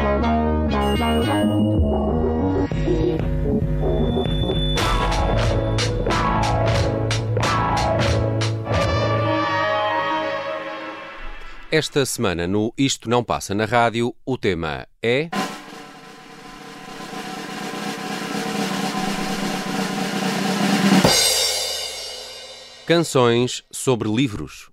Esta semana no Isto Não Passa na Rádio, o tema é... Canções sobre livros.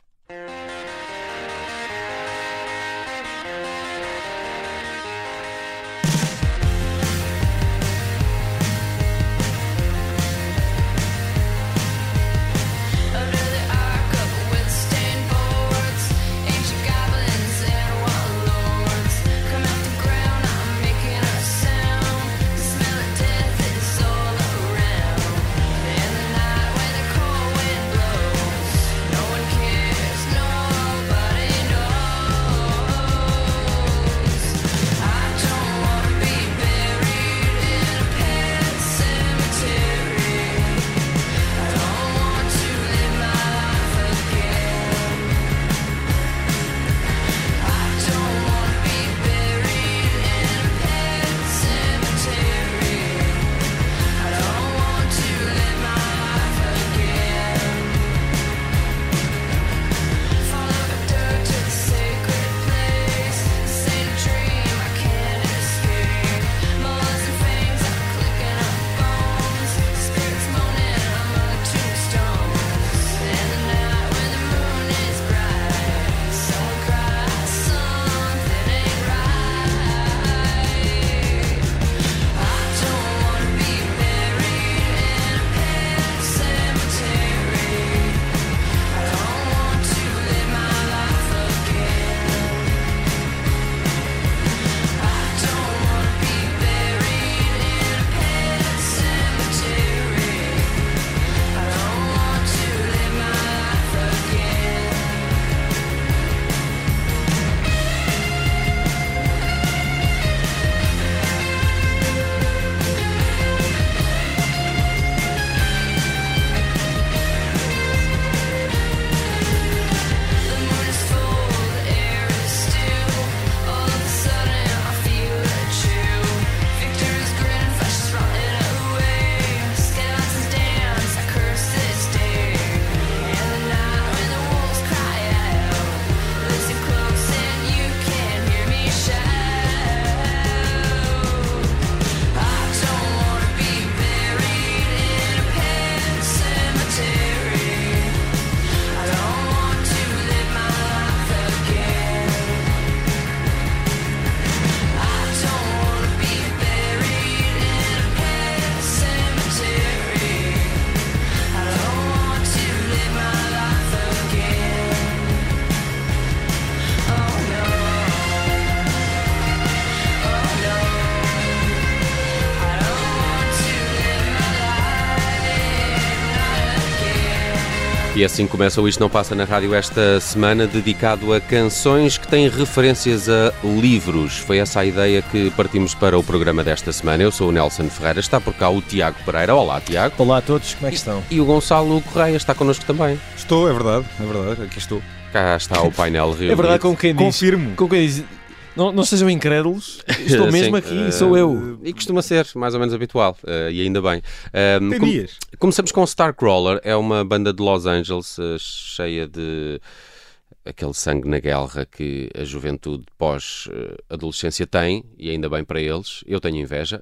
E assim começa o Isto Não Passa na Rádio esta semana, dedicado a canções que têm referências a livros. Foi essa a ideia que partimos para o programa desta semana. Eu sou o Nelson Ferreira, está por cá o Tiago Pereira. Olá, Tiago. Olá a todos, como é que estão? E o Gonçalo Correia está connosco também. Estou, é verdade, aqui estou. Cá está o painel reunido. É verdade, como quem diz. Confirmo. Como quem diz, não sejam incrédulos, estou mesmo aqui, sou eu. E costuma ser, mais ou menos habitual, e ainda bem. Tem dias. Começamos com Starcrawler, é uma banda de Los Angeles cheia de aquele sangue na guerra que a juventude pós-adolescência tem, e ainda bem para eles. Eu tenho inveja.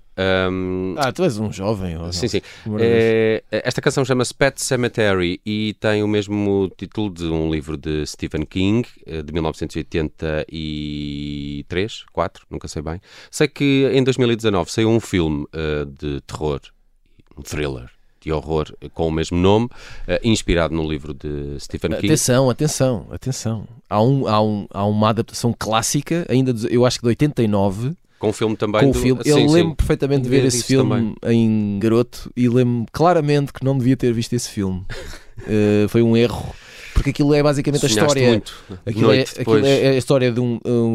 Tu és um jovem. Sim. Esta canção chama-se Pet Sematary e tem o mesmo título de um livro de Stephen King, de 1983, 4, nunca sei bem. Sei que em 2019 saiu um filme de terror, um thriller de horror com o mesmo nome, inspirado no livro de Stephen King. Atenção. Há uma adaptação clássica, ainda eu acho que de 89. Com o filme também. Com o filme. Eu lembro perfeitamente de ver esse filme também em garoto e lembro claramente que não devia ter visto esse filme. Foi um erro. Porque aquilo é basicamente a história. Aquilo é a história de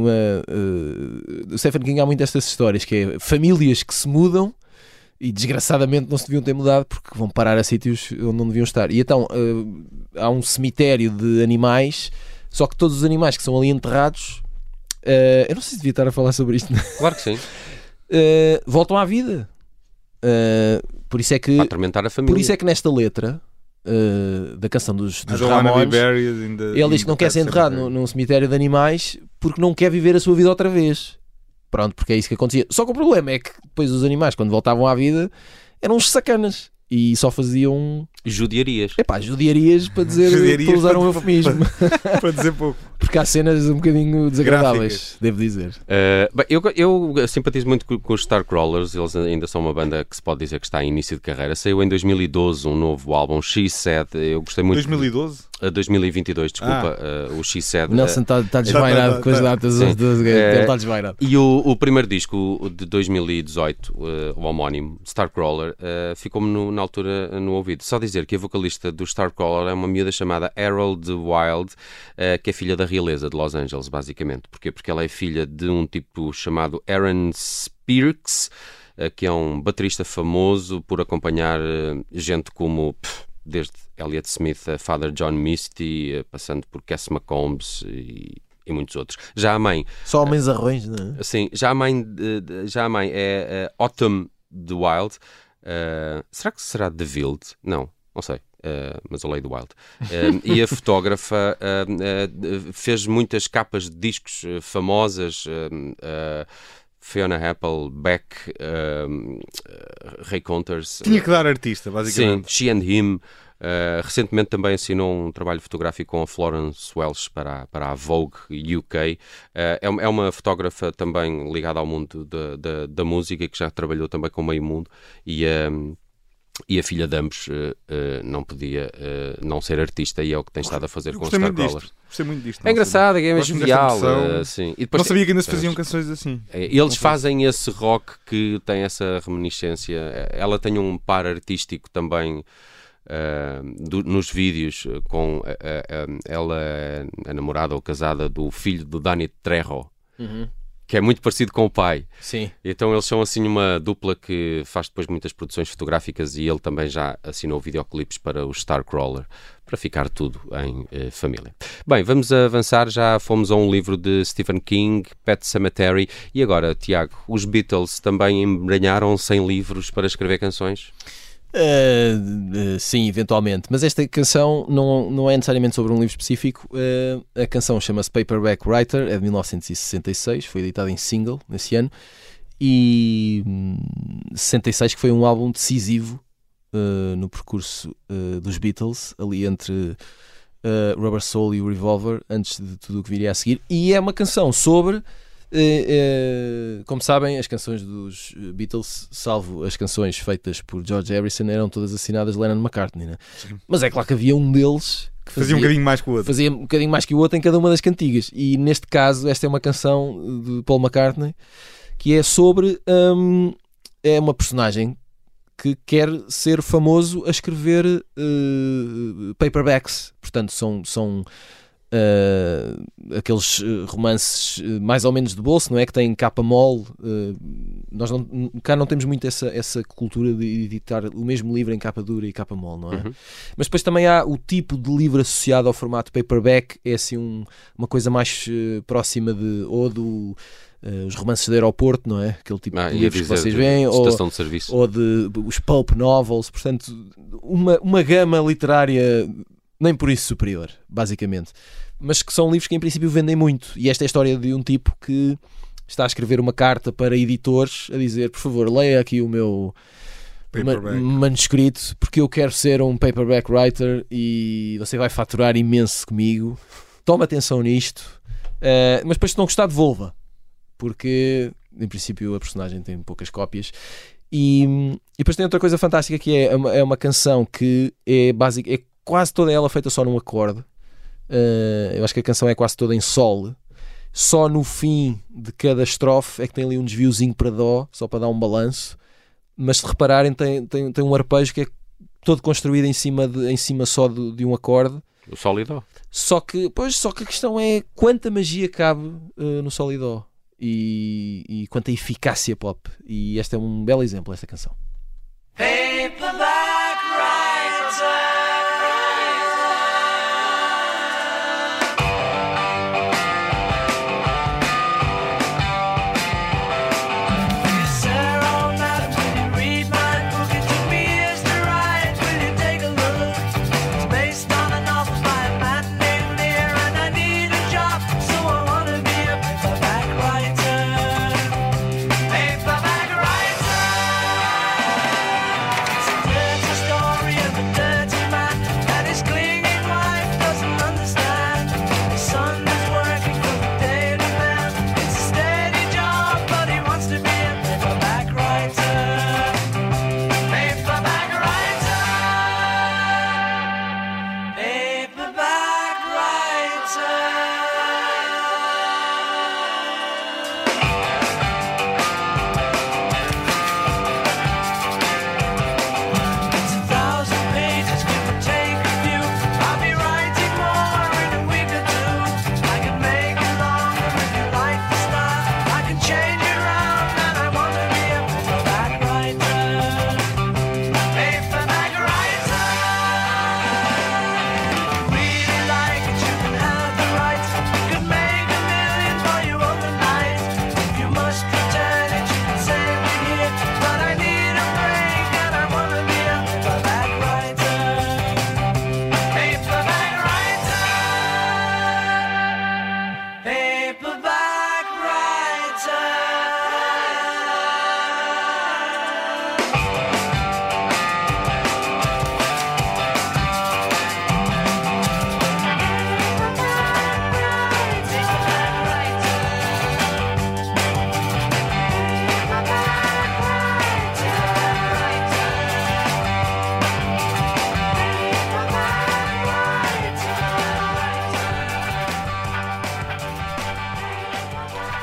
do Stephen King. Há muitas destas histórias que é famílias que se mudam e desgraçadamente não se deviam ter mudado porque vão parar a sítios onde não deviam estar. E então há um cemitério de animais, só que todos os animais que são ali enterrados eu não sei se devia estar a falar sobre isto. Claro que sim. Voltam à vida. Por isso é que, para atormentar a família. Por isso é que nesta letra da canção dos Ramones, ele diz que não quer ser enterrado num cemitério de animais porque não quer viver a sua vida outra vez. Pronto, porque é isso que acontecia. Só que o problema é que depois os animais, quando voltavam à vida, eram uns sacanas e só faziam judiarias. Judiarias para dizer, para usar um eufemismo. Para dizer pouco. Porque há cenas um bocadinho desagradáveis, devo dizer. Bem, eu simpatizo muito com os Starcrawlers. Eles ainda são uma banda que se pode dizer que está em início de carreira. Saiu em 2012 um novo álbum, She Said. Eu gostei muito. 2012? 2022, desculpa. O She Said. Nelson está desvairado com as datas. Ele está desvairado. E o primeiro disco de 2018, o homónimo, Starcrawler, ficou-me na altura no ouvido. Só dizer que a vocalista do Starcrawler é uma miúda chamada Harold Wild, que é filha da realeza de Los Angeles, basicamente. Porquê? Porque ela é filha de um tipo chamado Aaron Spearks, que é um baterista famoso por acompanhar gente como, desde Elliott Smith a Father John Misty, passando por Cass McCombs e muitos outros. Já a mãe... Só homens arrões, não é? Sim, já a mãe é Autumn de Wild. Será que será de Wild? Não sei. Mas eu leio do Wild. E a fotógrafa fez muitas capas de discos famosas, Fiona Apple, Beck, Ray Conters. Tinha que dar artista, basicamente. Sim, She and Him. Recentemente também assinou um trabalho fotográfico com a Florence Welch para a Vogue UK. É uma fotógrafa também ligada ao mundo da música, que já trabalhou também com o meio mundo, e a filha de ambos não podia não ser artista, e é o que tem estado a fazer com os Starcrawlers. Gostei muito disto. É engraçado, é mesmo jovial. Sim. E depois não sabia que ainda se faziam canções assim. Eles fazem esse rock que tem essa reminiscência. Ela tem um par artístico também nos vídeos, com ela é namorada ou casada do filho do Danny Trejo. Que é muito parecido com o pai. Sim. Então eles são assim uma dupla que faz depois muitas produções fotográficas, e ele também já assinou videoclipes para o Starcrawler, para ficar tudo em família. Bem, vamos avançar. Já fomos a um livro de Stephen King, Pet Sematary, e agora, Tiago, os Beatles também embranharam-se em livros para escrever canções? Sim, eventualmente, mas esta canção não é necessariamente sobre um livro específico. A canção chama-se Paperback Writer, é de 1966, foi editada em single nesse ano, e 66, que foi um álbum decisivo no percurso dos Beatles, ali entre Rubber Soul e o Revolver, antes de tudo o que viria a seguir. E é uma canção sobre... como sabem, as canções dos Beatles, salvo as canções feitas por George Harrison, eram todas assinadas Lennon-McCartney, né? Mas é claro que havia um deles que fazia um bocadinho mais que o outro. Fazia um bocadinho mais que o outro em cada uma das cantigas. E neste caso, esta é uma canção de Paul McCartney que é sobre é uma personagem que quer ser famoso a escrever paperbacks. Portanto, são aqueles romances mais ou menos de bolso, não é? Que têm capa mole. Nós cá não temos muito essa cultura de editar o mesmo livro em capa dura e capa mole, não é? Mas depois também há o tipo de livro associado ao formato paperback, é assim uma coisa mais próxima os romances de aeroporto, não é? Aquele tipo de livros que vocês veem, estação de serviço, ou de os pulp novels. Portanto, uma gama literária nem por isso superior, basicamente. Mas que são livros que em princípio vendem muito. E esta é a história de um tipo que está a escrever uma carta para editores a dizer: por favor, leia aqui o meu manuscrito, porque eu quero ser um paperback writer e você vai faturar imenso comigo. Toma atenção nisto. Mas depois, se não gostar, devolva. Porque, em princípio, a personagem tem poucas cópias. E depois tem outra coisa fantástica, que é uma canção que é básica, é quase toda ela feita só num acorde. Eu acho que a canção é quase toda em sol. Só no fim de cada estrofe é que tem ali um desviozinho para dó, só para dar um balanço. Mas se repararem, tem um arpejo que é todo construído em cima só de um acorde. O sol e dó. Só que a questão é quanta magia cabe no sol e dó. E quanta eficácia pop. E este é um belo exemplo, esta canção. Paperback Writer.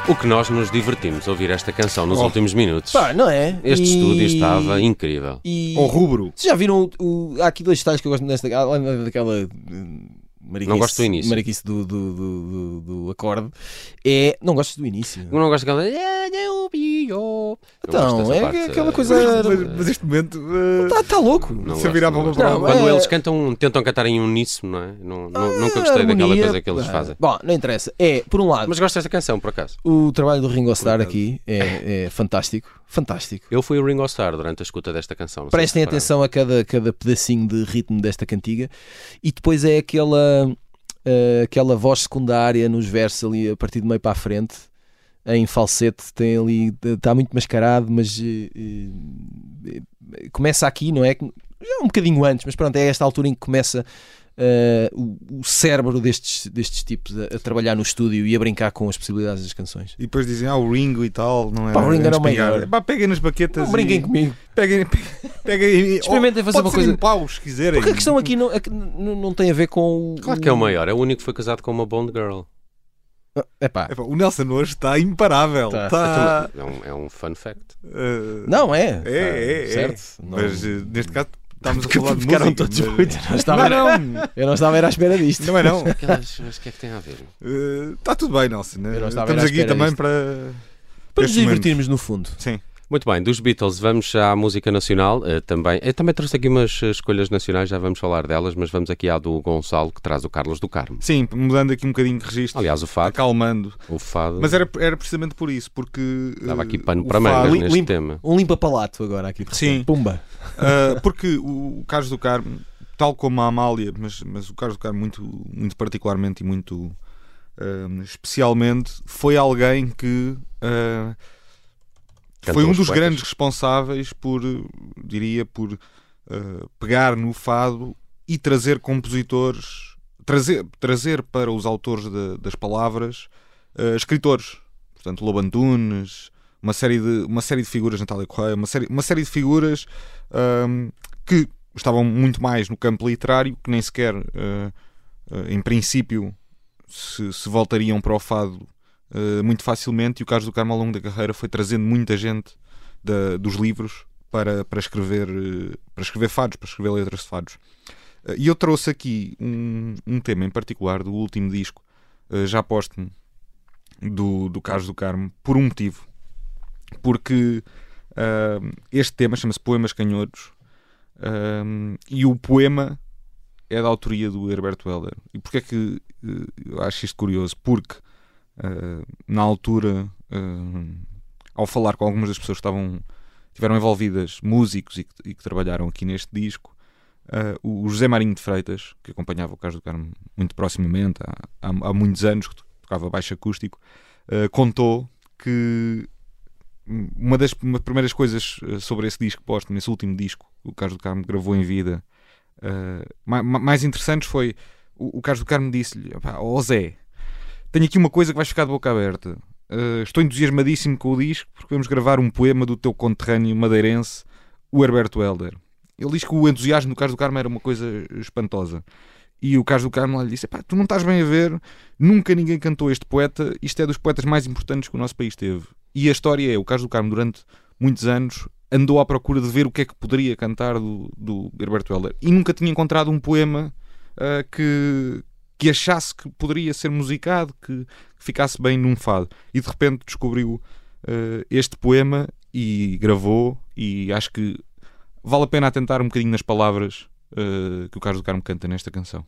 O que nós nos divertimos a ouvir esta canção nos últimos minutos. Pá, não é? Este estúdio estava incrível. Ao rubro. Vocês já viram? Há aqui 2 detalhes que eu gosto daquela. Não gosto do início. Mariquice do acorde. Não gosto do início. Eu não gosto daquela. Então, aquela coisa. Mas este momento. Está louco. Se virar para uma prova. Quando eles tentam cantar em uníssono, não é? Nunca gostei daquela coisa que eles fazem. Bom, não interessa. Por um lado. Mas gosto desta canção, por acaso. O trabalho do Ringo Starr aqui é fantástico. Fantástico. Eu fui o Ringo Starr durante a escuta desta canção. Prestem atenção a cada pedacinho de ritmo desta cantiga. E depois é aquela voz secundária nos versos ali a partir do meio para a frente, em falsete, tem ali, está muito mascarado, mas começa aqui, não é? Já um bocadinho antes, mas pronto, é esta altura em que começa o cérebro destes tipos a trabalhar no estúdio e a brincar com as possibilidades das canções. E depois dizem, o Ringo e tal, não é? O Ringo era o maior. Peguem nas baquetas. Não brinquem comigo. Peguem experimentem fazer uma coisa. Em paus, se quiserem. Porque a questão aqui não tem a ver com. Claro que é o maior, é o único que foi casado com uma Bond Girl. O Nelson hoje está imparável. Tá. É um fun fact. Não é? Certo. Mas neste caso estamos a falar de música. Todos muito. Eu não estava à espera disto. Não é não. Mas o que é que tem a ver? Está tudo bem, Nelson. Estamos aqui também para nos divertirmos no fundo. Sim. Muito bem, dos Beatles vamos à música nacional também. Eu também trouxe aqui umas escolhas nacionais, já vamos falar delas, mas vamos aqui à do Gonçalo, que traz o Carlos do Carmo. Sim, mudando aqui um bocadinho de registro. Aliás, o fado. Acalmando. O fado. Mas era precisamente por isso, porque... Dava aqui pano para mangas neste tema. Um limpa-palato agora aqui. Sim. Pumba. Porque o Carlos do Carmo, tal como a Amália, mas o Carlos do Carmo muito particularmente e muito especialmente, foi alguém que... foi um dos grandes responsáveis por pegar no fado e trazer compositores, trazer para os autores das palavras escritores. Portanto, Lobo Antunes, uma série de figuras, Natália Correia, uma série de figuras que estavam muito mais no campo literário, que nem sequer, em princípio, se voltariam para o fado muito facilmente, e o Carlos do Carmo ao longo da carreira foi trazendo muita gente dos livros para escrever fados, para escrever letras de fados. E eu trouxe aqui um tema em particular do último disco, já póstumo, do Carlos do Carmo, por um motivo. Porque este tema chama-se Poemas Canhotos, e o poema é da autoria do Herberto Helder. E porquê é que eu acho isto curioso? Porque na altura, ao falar com algumas das pessoas que estiveram envolvidas, músicos e que trabalharam aqui neste disco, o José Marinho de Freitas, que acompanhava o Carlos do Carmo muito proximamente há muitos anos, que tocava baixo acústico, contou que uma das primeiras coisas sobre esse disco póstumo, nesse último disco que o Carlos do Carmo gravou em vida, mais interessantes foi o Carlos do Carmo disse-lhe: ó Zé, tenho aqui uma coisa que vais ficar de boca aberta. Estou entusiasmadíssimo com o disco porque vamos gravar um poema do teu conterrâneo madeirense, o Herberto Helder. Ele diz que o entusiasmo do Carlos do Carmo era uma coisa espantosa. E o Carlos do Carmo lá lhe disse: tu não estás bem a ver, nunca ninguém cantou este poeta, isto é dos poetas mais importantes que o nosso país teve. E a história é, o Carlos do Carmo durante muitos anos andou à procura de ver o que é que poderia cantar do Herberto Helder. E nunca tinha encontrado um poema que achasse que poderia ser musicado, que ficasse bem num fado. E de repente descobriu este poema e gravou, e acho que vale a pena atentar um bocadinho nas palavras que o Carlos do Carmo canta nesta canção.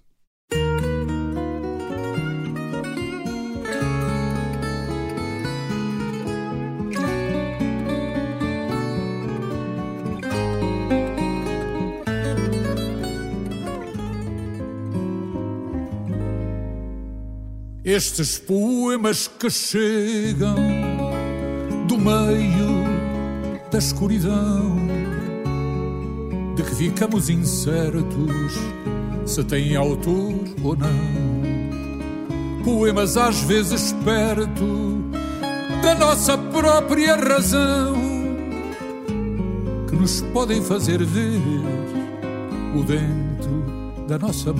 Estes poemas que chegam do meio da escuridão, de que ficamos incertos se têm autor ou não. Poemas às vezes perto da nossa própria razão, que nos podem fazer ver o dentro da nossa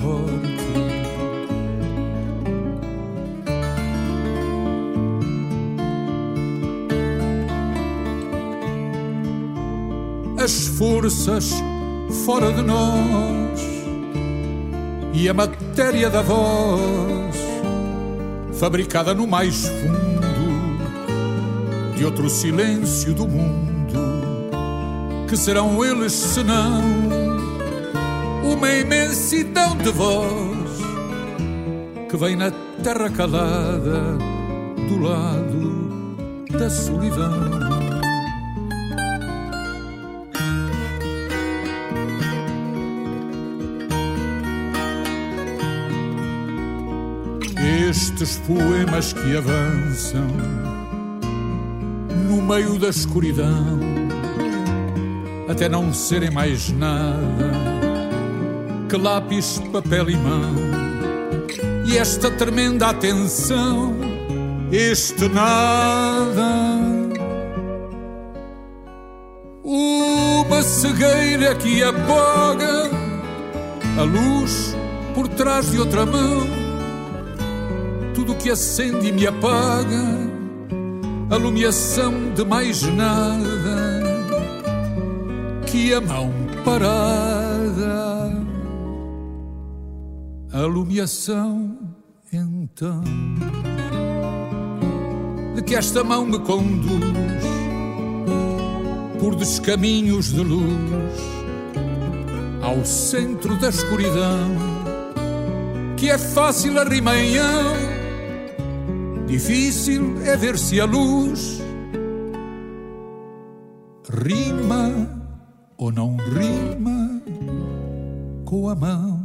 morte. as forças fora de nós e a matéria da voz fabricada no mais fundo de outro silêncio do mundo. Que serão eles senão uma imensidão de voz que vem na terra calada do lado da solidão. Estes poemas que avançam no meio da escuridão, até não serem mais nada que lápis, papel e mão, e esta tremenda atenção, este nada, uma cegueira que apaga a luz por trás de outra mão, tudo que acende e me apaga, alumiação de mais nada que a mão parada, alumiação então de que esta mão me conduz por descaminhos de luz ao centro da escuridão, que é fácil a rimaião, difícil é ver se a luz rima ou não rima com a mão.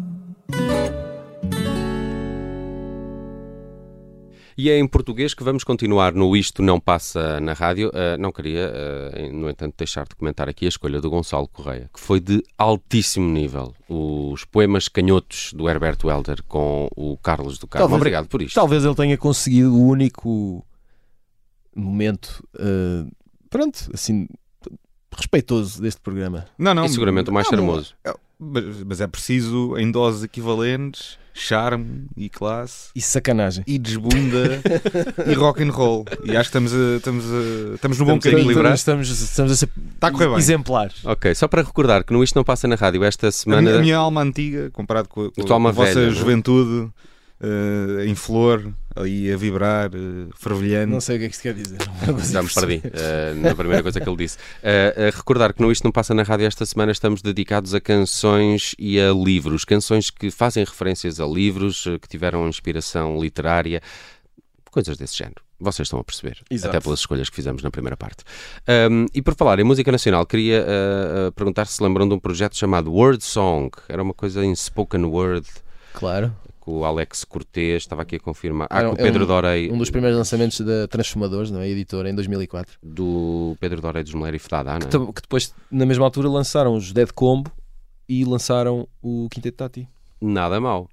E é em português que vamos continuar no Isto Não Passa na Rádio. Não queria, no entanto, deixar de comentar aqui a escolha do Gonçalo Correia, que foi de altíssimo nível. Os poemas canhotos do Herbert Welder com o Carlos do Carmo. Obrigado por isto. Talvez ele tenha conseguido o único momento, pronto, assim, respeitoso deste programa. Não, e seguramente o mais charmoso. Mas é preciso, em doses equivalentes, charme e classe e sacanagem e desbunda e rock and roll. E acho que estamos no bom caminho. Estamos a ser exemplares. Ok, só para recordar que no Isto Não Passa na Rádio esta semana... A minha alma antiga, comparado com a vossa juventude, em flor, aí a vibrar, fervilhando. Não sei o que é que isto quer dizer. Já me perdi na primeira coisa que ele disse. A recordar que no Isto Não Passa na Rádio esta semana estamos dedicados a canções e a livros. Canções que fazem referências a livros, que tiveram inspiração literária, coisas desse género. Vocês estão a perceber. Exato. Até pelas escolhas que fizemos na primeira parte. E por falar em música nacional, queria perguntar se lembram de um projeto chamado Word Song. Era uma coisa em spoken word. Claro. Com o Alex Cortês, estava aqui a confirmar. Com o Pedro Dorei. Um dos primeiros lançamentos da Transformadores, não é? Editora, em 2004. Do Pedro Dorei dos Mulher e Fedada, não é? Que depois, na mesma altura, lançaram os Dead Combo e lançaram o Quinteto Tati. Nada mal.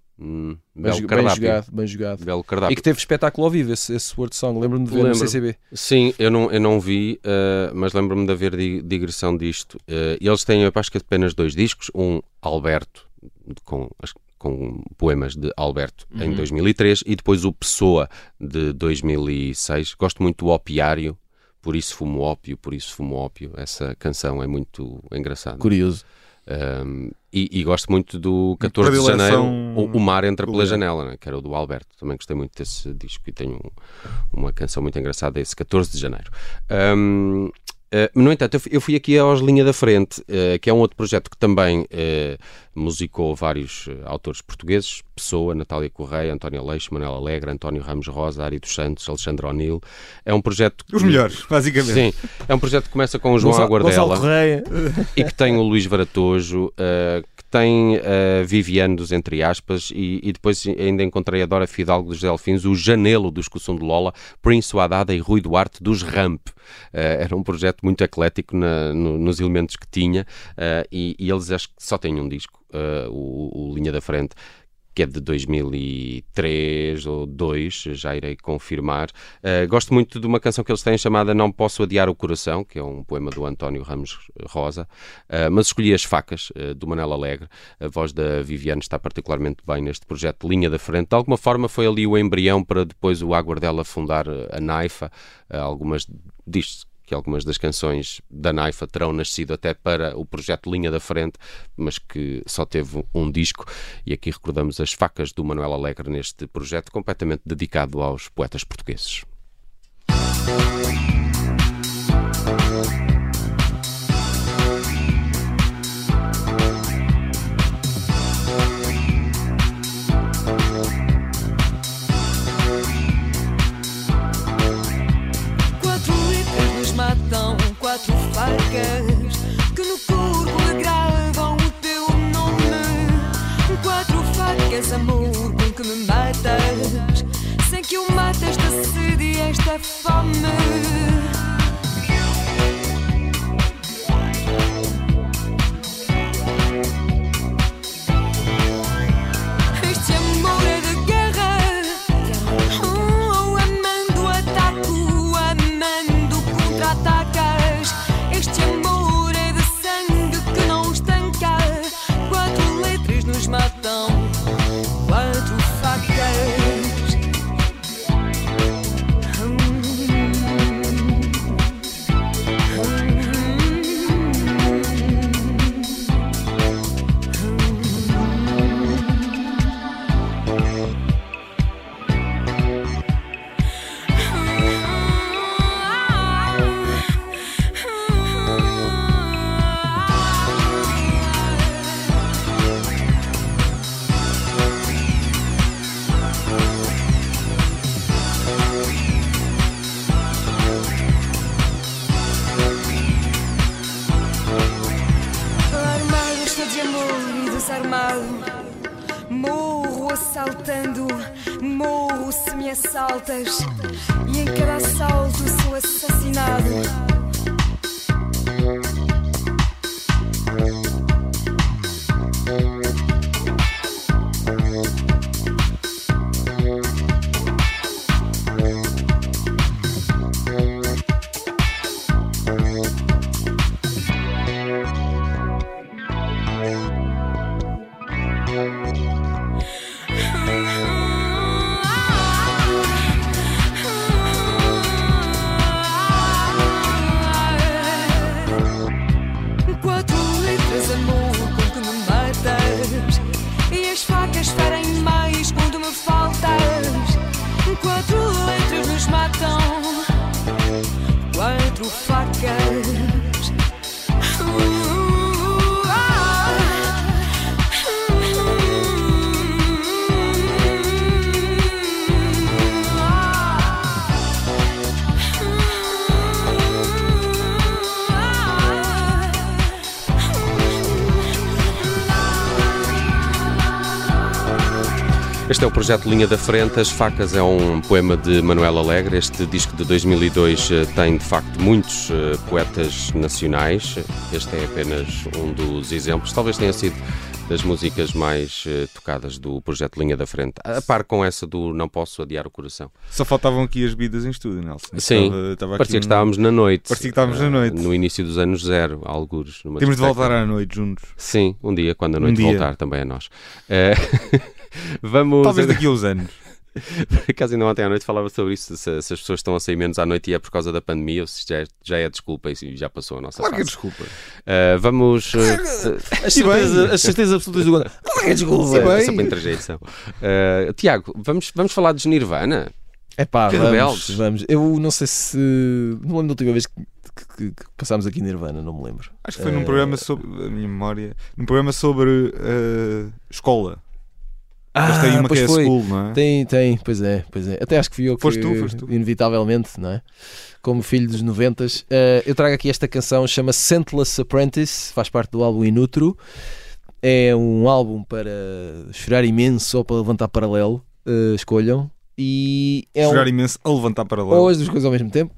Bem jogado. Belo cardápio. E que teve espetáculo ao vivo, esse Word Song. Lembro-me de ver no CCB. Sim, eu não vi, mas lembro-me de haver digressão disto. Eles têm, eu acho que apenas 2 discos. Um, Alberto, com poemas de Alberto, em 2003, e depois o Pessoa, de 2006. Gosto muito do Opiário, Por Isso Fumo Ópio, Por Isso Fumo Ópio. Essa canção é muito engraçada. Curioso. E gosto muito do 14 de Janeiro, O Mar Entra Pela Janela, né? Que era o do Alberto. Também gostei muito desse disco e tenho uma canção muito engraçada, esse 14 de Janeiro. No entanto, eu fui aqui aos Linha da Frente, que é um outro projeto que também musicou vários autores portugueses: Pessoa, Natália Correia, António Aleixo, Manuel Alegre, António Ramos Rosa, Ari dos Santos, Alexandre O'Neill. É um projeto... Os melhores, basicamente. Sim, é um projeto que começa com o João Aguardela e que tem o Luís Varatojo, que tem Viviane dos Entre Aspas, e depois ainda encontrei a Dora Fidalgo dos Delfins, o Janelo dos Cussum de Lola, Prince Haddad e Rui Duarte dos Ramp. Era um projeto muito eclético nos elementos que tinha, e eles acho que só têm um disco, o Linha da Frente, que é de 2003 ou 2002, já irei confirmar. Gosto muito de uma canção que eles têm chamada Não Posso Adiar o Coração, que é um poema do António Ramos Rosa, mas escolhi As Facas, do Manuel Alegre. A voz da Viviane está particularmente bem neste projeto Linha da Frente. De alguma forma foi ali o embrião para depois o Aguardela fundar a Naifa. Algumas diz-se que algumas das canções da Naifa terão nascido até para o projeto Linha da Frente, mas que só teve um disco. E aqui recordamos as facas do Manuel Alegre neste projeto completamente dedicado aos poetas portugueses. Quatro facas que no corpo lhe gravam o teu nome. Quatro facas, amor, com que me matas, sem que eu mate esta sede e esta fome. Este amor é de guerra, amando ataco, amando contra-ataca. Este amor é de sangue que não estanca. Quatro letras nos matam, quatro facas. Morro assaltando, morro se me assaltas, e em cada assalto sou assassinado. Este é o projeto Linha da Frente. As Facas é um poema de Manuel Alegre. Este disco de 2002 tem, de facto, muitos poetas nacionais. Este é apenas um dos exemplos. Talvez tenha sido das músicas mais tocadas do projeto Linha da Frente, a par com essa do Não Posso Adiar o Coração. Só faltavam aqui as bebidas em estúdio, Nelson. Sim, parecia que estávamos na noite. Parecia que estávamos na noite. No início dos anos zero, algures. Temos de voltar à noite juntos. Sim, um dia, quando a noite voltar também a nós. Vamos... Talvez daqui a uns anos. Por acaso ainda ontem à noite falava sobre isso, se as pessoas estão a sair menos à noite e é por causa da pandemia ou se já é desculpa e já passou a nossa fase. Claro que é desculpa. Vamos... As certezas absolutas do Gonda. Claro que é desculpa. É só para interjeição. Tiago, vamos falar de Nirvana? É pá, vamos. Eu não sei se... Não lembro da última vez que passámos aqui Nirvana, não me lembro. Acho que foi num programa sobre... A minha memória... Num programa sobre escola. Mas tem uma que é School, não é? Tem, pois é. Até acho que fui eu que... Foste tu. Inevitavelmente, não é? Como filho dos 90s. Eu trago aqui esta canção, chama-se Scentless Apprentice, faz parte do álbum Inutro. É um álbum para chorar imenso ou para levantar paralelo, escolham. E é chorar imenso a levantar paralelo. Ou as duas coisas ao mesmo tempo.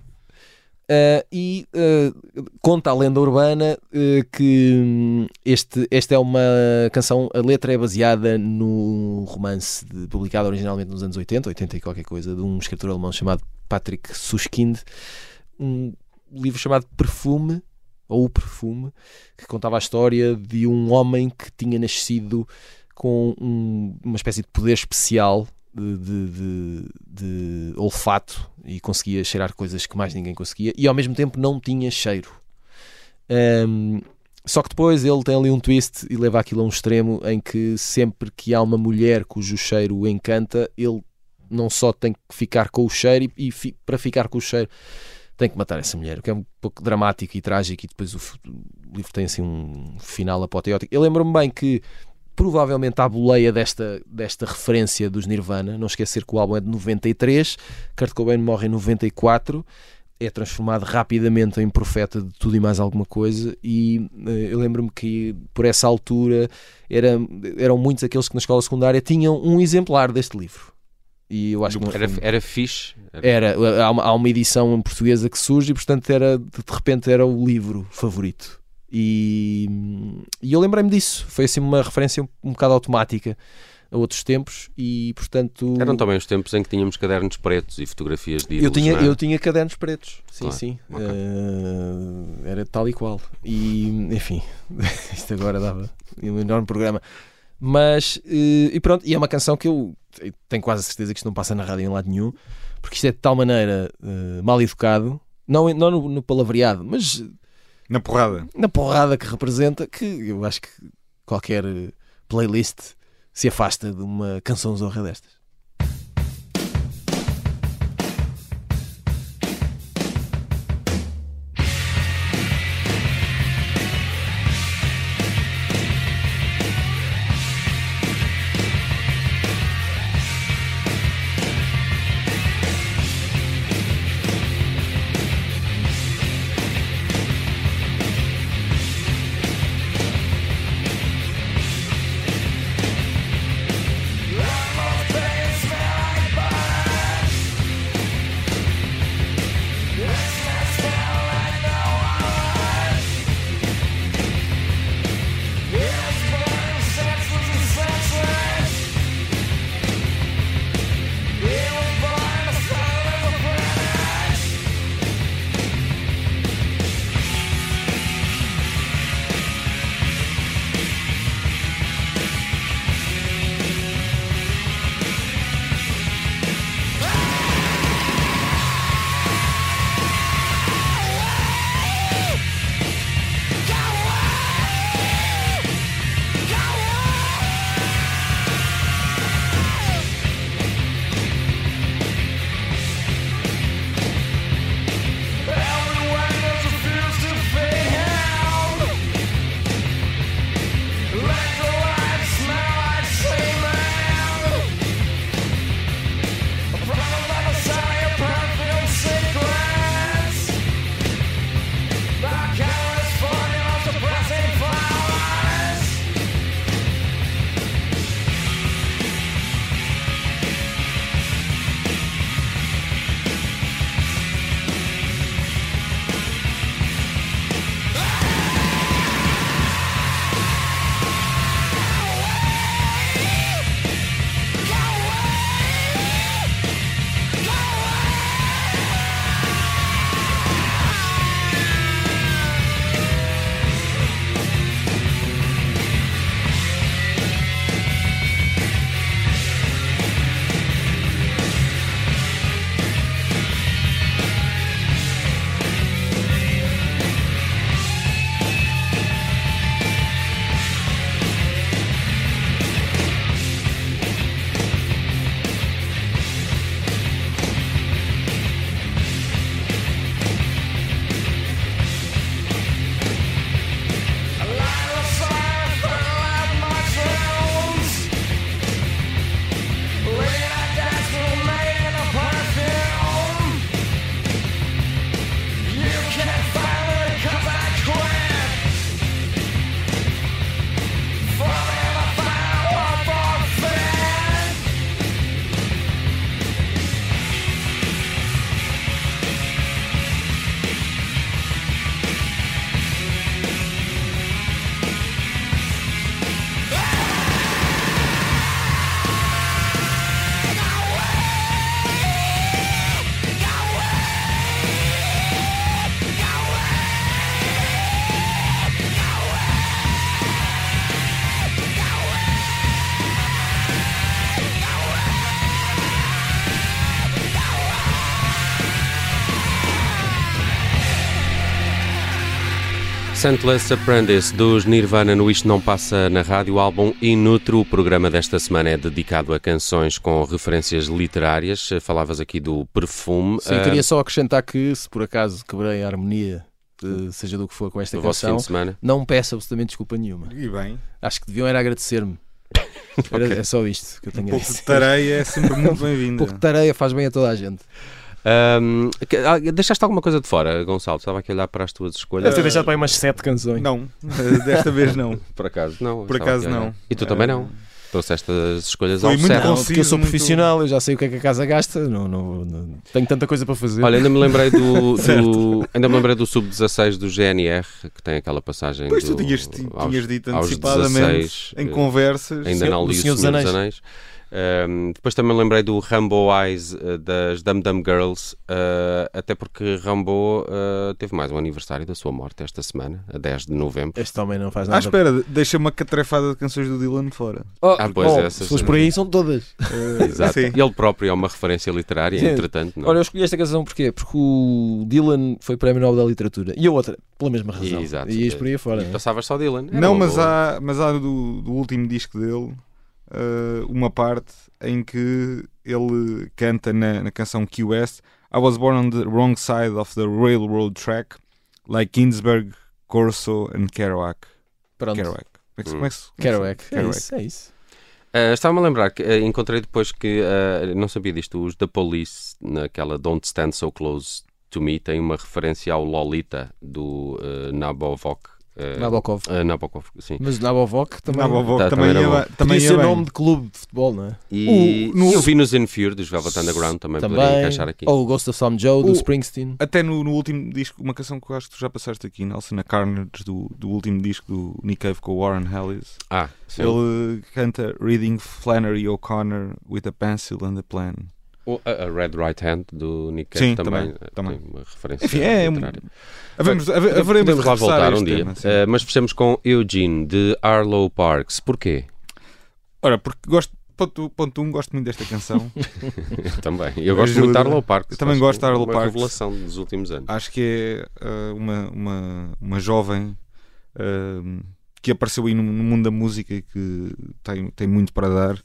Conta a lenda urbana que esta é uma canção, a letra é baseada no romance publicado originalmente nos anos 80 e qualquer coisa, de um escritor alemão chamado Patrick Suskind, um livro chamado Perfume, ou O Perfume, que contava a história de um homem que tinha nascido com uma espécie de poder especial de olfato e conseguia cheirar coisas que mais ninguém conseguia, e ao mesmo tempo não tinha cheiro. Só que depois ele tem ali um twist e leva aquilo a um extremo em que sempre que há uma mulher cujo cheiro o encanta, ele não só tem que ficar com o cheiro e para ficar com o cheiro tem que matar essa mulher, o que é um pouco dramático e trágico, e depois o livro tem assim um final apoteótico. Eu lembro-me bem que provavelmente à boleia desta referência dos Nirvana, não esquecer que o álbum é de 93, Kurt Cobain morre em 94, é transformado rapidamente em profeta de tudo e mais alguma coisa, e eu lembro-me que por essa altura eram muitos aqueles que na escola secundária tinham um exemplar deste livro. E eu acho que era fixe. Há uma edição em portuguesa que surge e, portanto, de repente era o livro favorito. E eu lembrei-me disso. Foi assim uma referência um bocado automática a outros tempos e, portanto... Eram também os tempos em que tínhamos cadernos pretos e fotografias de ídolos, eu tinha cadernos pretos. Sim, claro. Sim. Okay. Era tal e qual. E, enfim, isto agora dava um enorme programa. Mas, e pronto, e é uma canção que eu tenho quase a certeza que isto não passa na rádio em lado nenhum, porque isto é de tal maneira mal educado, não no palavreado, mas na porrada que representa, que eu acho que qualquer playlist se afasta de uma canção zorra destas. I'm afraid Scentless Apprentice dos Nirvana no Isto Não Passa na Rádio, o álbum Inútero. O programa desta semana é dedicado a canções com referências literárias. Falavas aqui do Perfume. Sim, queria só acrescentar que, se por acaso quebrei a harmonia, seja do que for com esta canção, não me peço absolutamente desculpa nenhuma. E bem. Acho que deviam era agradecer-me. Okay. É só isto que eu tenho a dizer. Um pouco de tareia é sempre muito bem-vindo. Um pouco de tareia faz bem a toda a gente. Deixaste alguma coisa de fora, Gonçalo? Estava aqui a olhar para as tuas escolhas. Deve ter deixado para aí umas 7 canções. Não, desta vez não. Por acaso não. Por acaso não. E tu também não. Trouxeste as escolhas foi ao muito certo. conciso, porque eu sou profissional, eu já sei o que é que a casa gasta, não tenho tanta coisa para fazer. Olha, ainda me lembrei do Sub-16 do GNR, que tem aquela passagem. Pois tu tinhas dito antecipadamente 16, em conversas. Ainda não li o Senhor dos Anéis. Depois também lembrei do Rambo Eyes das Dum Dum Girls, até porque Rambo teve mais um aniversário da sua morte esta semana, a 10 de novembro. Este também não faz nada. Espera, deixa uma catrefada de canções do Dylan fora. Essas. Se por aí são todas. Exato. E ele próprio é uma referência literária, entretanto. Não? Olha, eu escolhi esta canção porquê? Porque o Dylan foi Prémio Nobel da Literatura e a outra, pela mesma razão. Exato. E ias por aí fora. E passavas só Dylan. Não, mas há do último disco dele. Uma parte em que ele canta na canção Key West: I was born on the wrong side of the railroad track, like Ginsberg, Corso and Kerouac. Pronto. Kerouac. É isso. Estava-me a lembrar que encontrei depois que não sabia disto, os The Police, naquela Don't Stand So Close to Me, tem uma referência ao Lolita do Nabokov. Nabokov, sim. Mas Nabokov também também ser nome de clube de futebol, não é? E o Venus in Fear dos Velvet Underground também poderia encaixar aqui. Ou o Ghost of Some Joe do Springsteen. Até no último disco, uma canção que eu acho que tu já passaste aqui, Nelson, a Carnage do último disco do Nick Cave com o Warren Ellis. Sim. Ele canta Reading Flannery O'Connor with a Pencil and a Plan. A Red Right Hand do Nick Cave também tem uma referência literária. Haveremos lá voltar um dia. Mas fechamos com Eugene de Arlo Parks. Porquê? Ora, porque ponto 1, gosto muito desta canção. Também. Eu gosto muito de Arlo Parks. Também gosto de Arlo Parks. Uma revelação dos últimos anos. Acho que é uma jovem que apareceu aí no mundo da música e que tem muito para dar.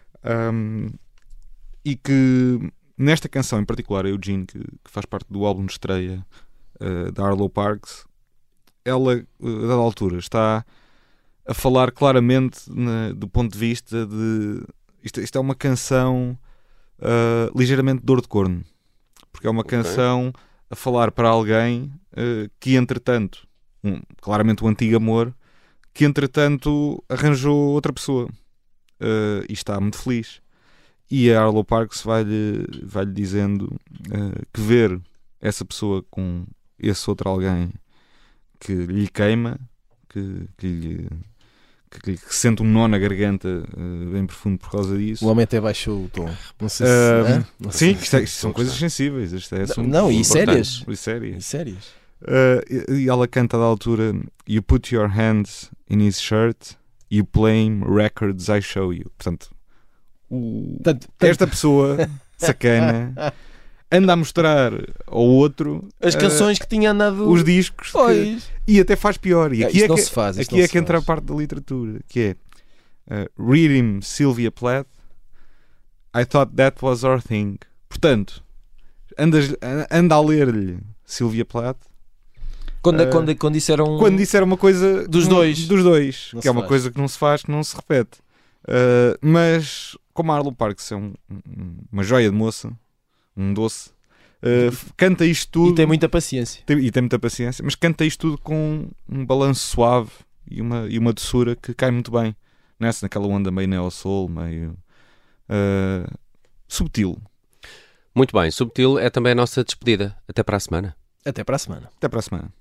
E que nesta canção em particular, a Eugene, que faz parte do álbum de estreia da Arlo Parks, ela, a dada altura, está a falar claramente do ponto de vista de... Isto é uma canção ligeiramente dor de corno, porque é uma canção a falar para alguém que, entretanto, claramente um antigo amor, que, entretanto, arranjou outra pessoa e está muito feliz. E a Arlo Parks vai-lhe dizendo que ver essa pessoa com esse outro alguém que lhe queima, que sente um nó na garganta bem profundo por causa disso. O homem até baixou o tom. Não sei sim, isto são coisas sensíveis. Isto é e sérias. E ela canta da altura: You put your hands in his shirt, you play him records I show you. Portanto, esta pessoa sacana anda a mostrar ao outro as canções que tinha andado, os discos e até faz pior. E aqui é que entra a parte da literatura, que é read him Sylvia Plath, I thought that was our thing. Portanto, anda a ler-lhe Sylvia Plath quando disseram uma coisa dos dois que é uma coisa que não se faz, que não se repete. Mas como a Arlo Parks é uma joia de moça, um doce, canta isto tudo e tem muita paciência, mas canta isto tudo com um balanço suave e uma doçura que cai muito bem naquela onda meio neo-soul, meio subtil. Muito bem, subtil é também a nossa despedida. Até para a semana. Até para a semana.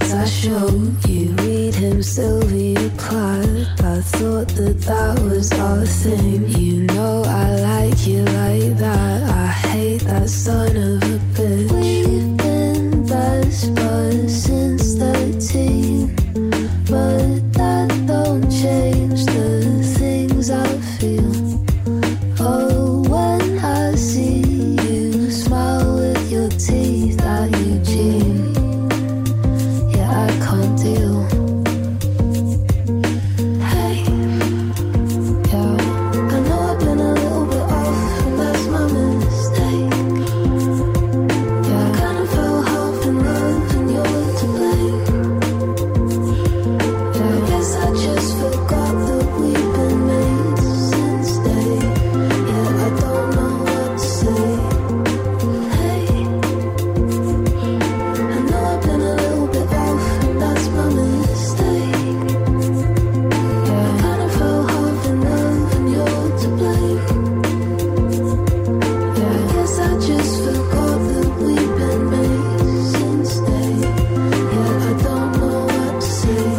as I showed you. Read him Sylvia Plath. I thought that was our thing. You know I like you like that. I hate that son of a bitch. We've been best buds since 13, but that don't change the things I feel. Oh, when I see you smile with your teeth at Eugene, yeah, I can't deal. Hey, yeah, I know I've been a little bit off, and that's my mistake. Yeah, I kind of fell half in love, and you're to blame. Yeah, I guess I just forgot that we've been made since day. Yeah, I don't know what to say. Hey, I know I've been a little bit off, and that's my mistake. Yeah, I kind of fell half in love, and you're to blame. Yeah, I guess I just forgot that we've been made since day. Yeah, I don't know what to say.